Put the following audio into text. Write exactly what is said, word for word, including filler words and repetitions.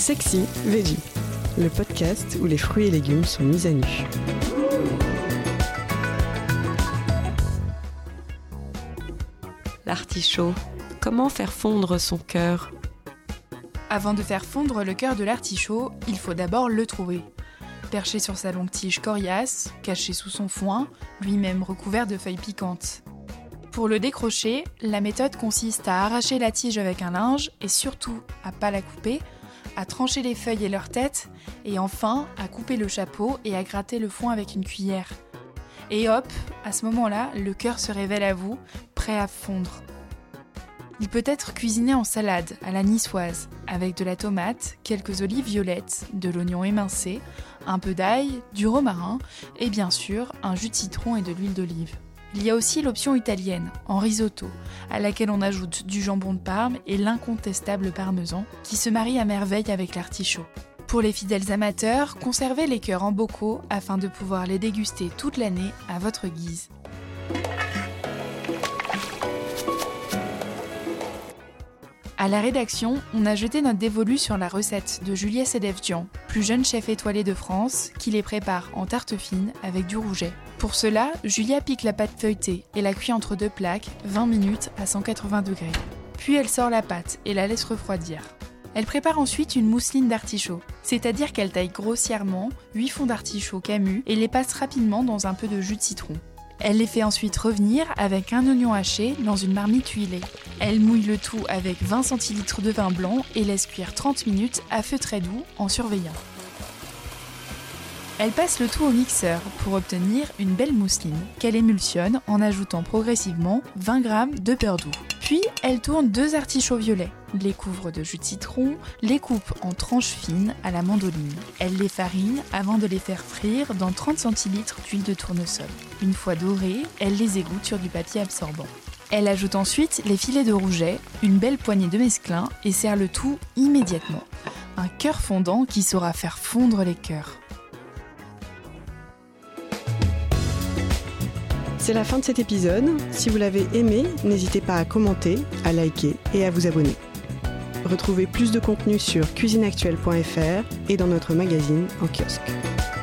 Sexy Veggie, le podcast où les fruits et légumes sont mis à nu. L'artichaut, comment faire fondre son cœur ? Avant de faire fondre le cœur de l'artichaut, il faut d'abord le trouver. Perché sur sa longue tige coriace, caché sous son foin, lui-même recouvert de feuilles piquantes. Pour le décrocher, la méthode consiste à arracher la tige avec un linge et surtout à pas la couper, à trancher les feuilles et leur tête, et enfin à couper le chapeau et à gratter le foin avec une cuillère. Et hop, à ce moment-là, le cœur se révèle à vous, prêt à fondre. Il peut être cuisiné en salade, à la niçoise, avec de la tomate, quelques olives violettes, de l'oignon émincé, un peu d'ail, du romarin et bien sûr un jus de citron et de l'huile d'olive. Il y a aussi l'option italienne, en risotto, à laquelle on ajoute du jambon de Parme et l'incontestable parmesan, qui se marie à merveille avec l'artichaut. Pour les fidèles amateurs, conservez les cœurs en bocaux afin de pouvoir les déguster toute l'année à votre guise. À la rédaction, on a jeté notre dévolu sur la recette de Julia Sedefjian, plus jeune chef étoilée de France, qui les prépare en tarte fine avec du rouget. Pour cela, Julia pique la pâte feuilletée et la cuit entre deux plaques, vingt minutes à cent quatre-vingts degrés. Puis elle sort la pâte et la laisse refroidir. Elle prépare ensuite une mousseline d'artichaut, c'est-à-dire qu'elle taille grossièrement huit fonds d'artichaut camus et les passe rapidement dans un peu de jus de citron. Elle les fait ensuite revenir avec un oignon haché dans une marmite huilée. Elle mouille le tout avec vingt centilitres de vin blanc et laisse cuire trente minutes à feu très doux en surveillant. Elle passe le tout au mixeur pour obtenir une belle mousseline qu'elle émulsionne en ajoutant progressivement vingt grammes de beurre doux. Puis elle tourne deux artichauts violets, les couvre de jus de citron, les coupe en tranches fines à la mandoline. Elle les farine avant de les faire frire dans trente centilitres d'huile de tournesol. Une fois dorées, elle les égoutte sur du papier absorbant. Elle ajoute ensuite les filets de rouget, une belle poignée de mesclun et sert le tout immédiatement. Un cœur fondant qui saura faire fondre les cœurs. C'est la fin de cet épisode. Si vous l'avez aimé, n'hésitez pas à commenter, à liker et à vous abonner. Retrouvez plus de contenu sur cuisine actuelle point f r et dans notre magazine en kiosque.